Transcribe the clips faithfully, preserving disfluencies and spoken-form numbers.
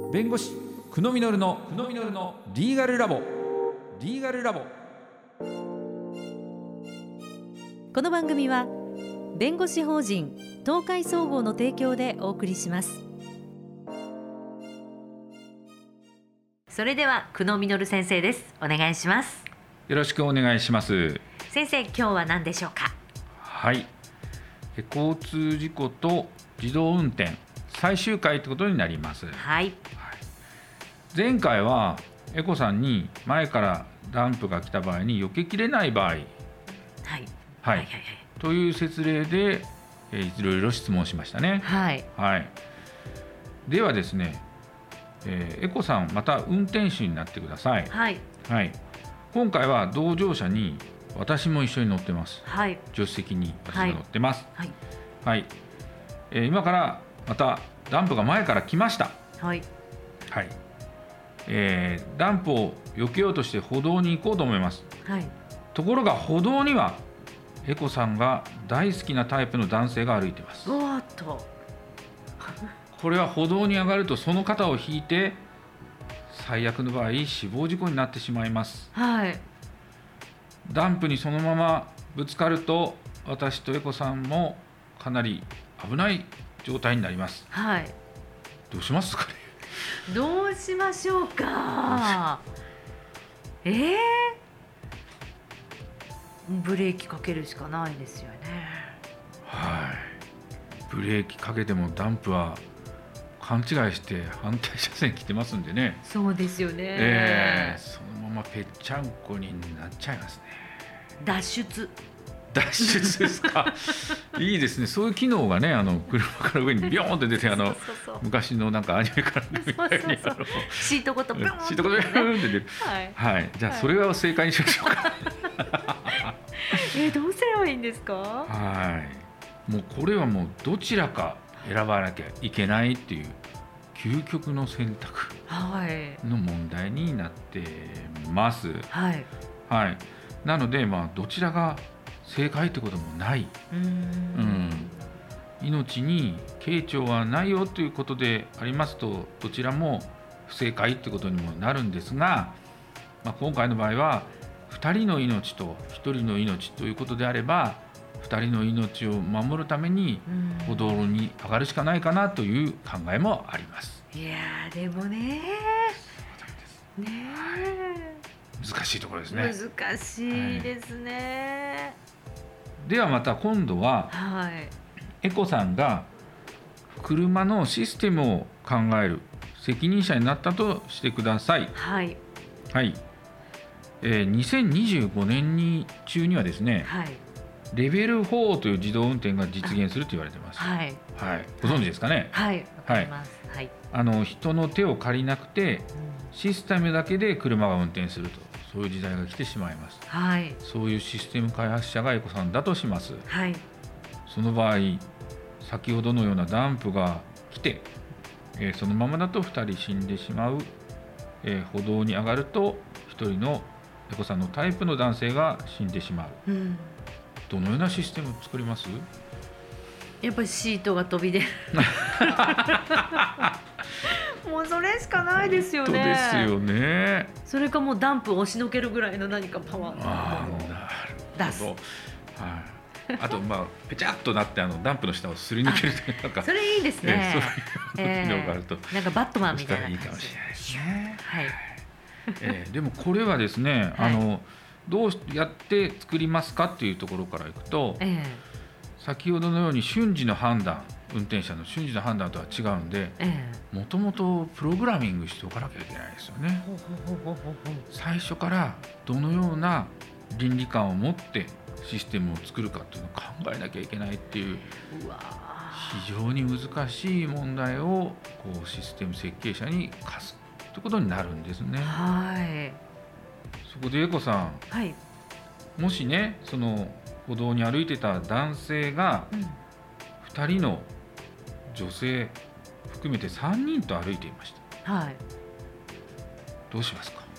弁護士久野実の久野実のリーガルラボリーガルラボ。 この番組は弁護士法人東海総合の提供でお送りします。それでは久野実先生です。お願いします。 よろしくお願いします。 先生、今日は何でしょうか？ はい、交通事故と自動運転最終回ということになります。 はい、はい、 前回はエコさんに前からダンプが来た場合に避けきれない場合、はい、 はいはいはい、という説明で、えー、いろいろ質問しましたね。 はい、 はい、ではですね、えー、エコさんまた運転手になってください。 はい、 はい、今回は同乗者に私も一緒に乗ってます。 はい、 助手席に私が乗ってます。 はい、 はい、えー、今からまたダンプが前から来ました。 はい、 はい、えー、ダンプを避けようとして歩道に行こうと思います。 はい、 ところが歩道にはエコさんが大好きなタイプの男性が歩いています。 おーっとこれは歩道に上がるとその肩を引いて最悪の場合死亡事故になってしまいます。 はい、 ダンプにそのままぶつかると私とエコさんもかなり危ない状態になります。 はい、 どうしますかね。 どうしましょうか。えー、ブレーキかけるしかないですよね。 はい、ブレーキかけてもダンプは勘違いして反対車線来てますんでね。 そうですよね、 えー、そのままぺっちゃんこになっちゃいますね。 脱出脱出ですか。いいですね。そういう機能がね、あの車から上にビョーンって出て、あのそうそうそう、 昔のなんかアニメからみたいにそうそうそう、シートごとビョーンって、ね、 シートごとビョーンって出る。はい、はい、じゃあそれは正解にしましょうか。 えー、どうすればいいんですか？ はい、もうこれはもうどちらか選ばなきゃいけないっていう究極の選択の問題になってます。 はい、 はい、なので、まあ、どちらが正解ってこともない、 うーん、 うん、命に軽重はないよということでありますと、どちらも不正解ってことにもなるんですが、まあ、今回の場合はふたりの命とひとりの命ということであれば、ふたりの命を守るために歩道に上がるしかないかなという考えもあります。 いやー、でもねねー、 はい、難しいところですね。 難しいですね。 はい、ではまた今度は、はい、エコさんが車のシステムを考える責任者になったとしてください。 はい、 はい、えー、にせんにじゅうごねんに中にはですね、はい、レベルよんという自動運転が実現すると言われています。はい、はい、ご存知ですかね。 はい、わかります。はい、 あの人の手を借りなくてシステムだけで車が運転すると、そういう時代が来てしまいます。はい、そういうシステム開発者がエコさんだとします。はい、その場合、先ほどのようなダンプが来て、えー、そのままだとふたり死んでしまう、えー、歩道に上がるとひとりのエコさんのタイプの男性が死んでしまう、うん、どのようなシステムを作ります？ やっぱりシートが飛び出る。もうそれしかないですよね。 そうですよね。 それかもうダンプを押しのけるぐらいの何かパワーあなるほど、はい、あとまあペチャッとなってあのダンプの下をすり抜けるという、なんかそれいいですね。 そういうのがあると、 えー、なんかバットマンみたいな感じ。 いいかもしれないですね。はい、えー、でもこれはですね、はい、あのどうやって作りますかっていうところからいくと、えー、先ほどのように瞬時の判断、運転者の瞬時の判断とは違うんで、もともとプログラミングしておかなきゃいけないですよね。最初からどのような倫理観を持ってシステムを作るかっていうのを考えなきゃいけないっていう、うわ非常に難しい問題をこうシステム設計者に課すということになるんですね。はい、そこでエコさん、はい、もしね、その歩道に歩いてた男性がふたりの女性含めてさんにんと歩いていました。はい、どうしますか？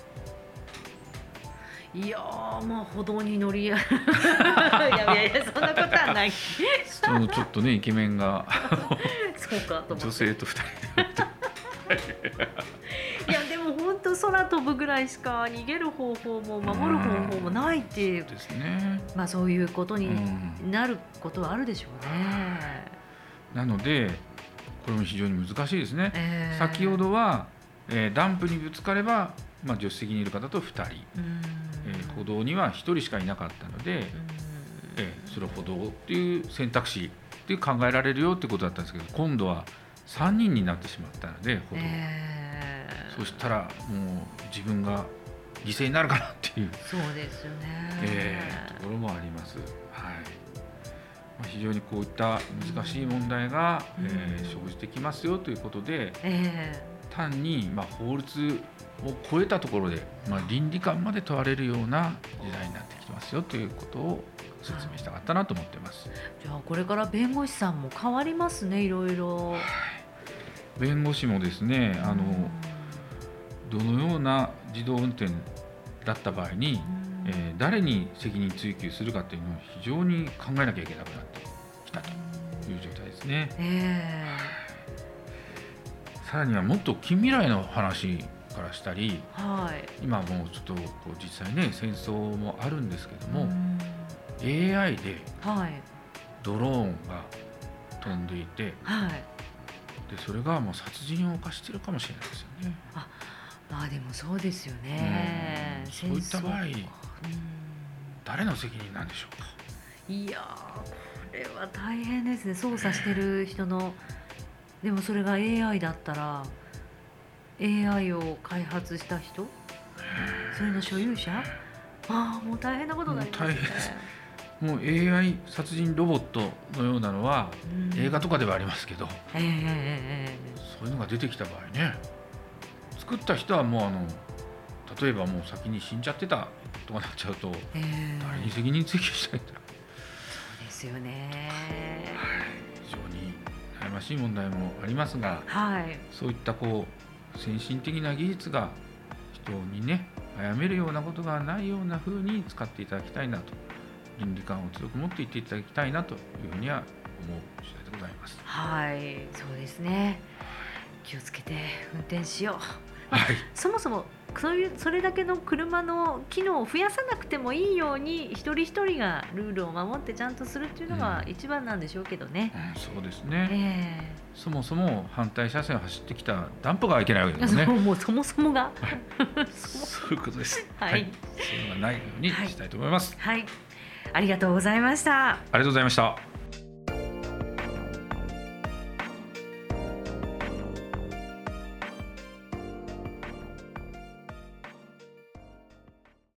いやー、まあ歩道に乗りやいやいやいや、そんなことはない。 そのちょっとねイケメンがそうかと思って女性とふたりでいやでも本当空飛ぶぐらいしか逃げる方法も守る方法もないっていう、 ですね、 まあそういうことになることはあるでしょうね。 なのでこれも非常に難しいですね、 えー、 先ほどは、えー、ダンプにぶつかれば、まあ、助手席にいる方とふたり、えー、歩道にはひとりしかいなかったので、えー、それは歩道っていう選択肢っていう考えられるよってことだったんですけど、今度はさんにんになってしまったので歩道、えー、そしたらもう自分が犠牲になるかなっていう、 そうですよね、 えー、ところもあります。はい、まあ、非常にこういった難しい問題が、うん、えー、生じてきますよということで、えー、単にまあ法律を超えたところで、まあ、倫理観まで問われるような時代になってきてますよということを説明したかったなと思っています。 じゃあこれから弁護士さんも変わりますね、いろいろ。 弁護士もですね、あのどのような自動運転だった場合に、えー、誰に責任追及するかというのを非常に考えなきゃいけなくなってきたという状態ですね。えー、さらにはもっと近未来の話からしたり、はい、今もうちょっとこう実際ね戦争もあるんですけども、エーアイ でドローンが飛んでいて、はい、でそれがもう殺人を犯しているかもしれないですよね。 あ、まあでもそうですよね。 そういった場合、誰の責任なんでしょうか。 いやこれは大変ですね。操作してる人の、でもそれが エーアイ だったら エーアイ を開発した人、それの所有者、ああもう大変なことになりますね。 もう エーアイ 殺人ロボットのようなのは映画とかではありますけど、えー、そういうのが出てきた場合ね、作った人はもうあの例えばもう先に死んじゃってたとかなっちゃうと、えー、誰に責任追及したいんだろう。 そうですよね、 はい、非常に悩ましい問題もありますが、はい、そういったこう先進的な技術が人にね殺めるようなことがないような風に使っていただきたいなと、倫理観を強く持っていっていただきたいなというふうには思う次第でございます。 はい、そうですね。気をつけて運転しよう。はい、そもそもそういうそれだけの車の機能を増やさなくてもいいように一人一人がルールを守ってちゃんとするっていうのが一番なんでしょうけどね。 うんうん、そうですね、えー、そもそも反対車線を走ってきたダンプがいけないわけですね。 もうそもそもがそういうことです。はい、はい、そういうのがないようにしたいと思います。 はい、はい、ありがとうございました。 ありがとうございました。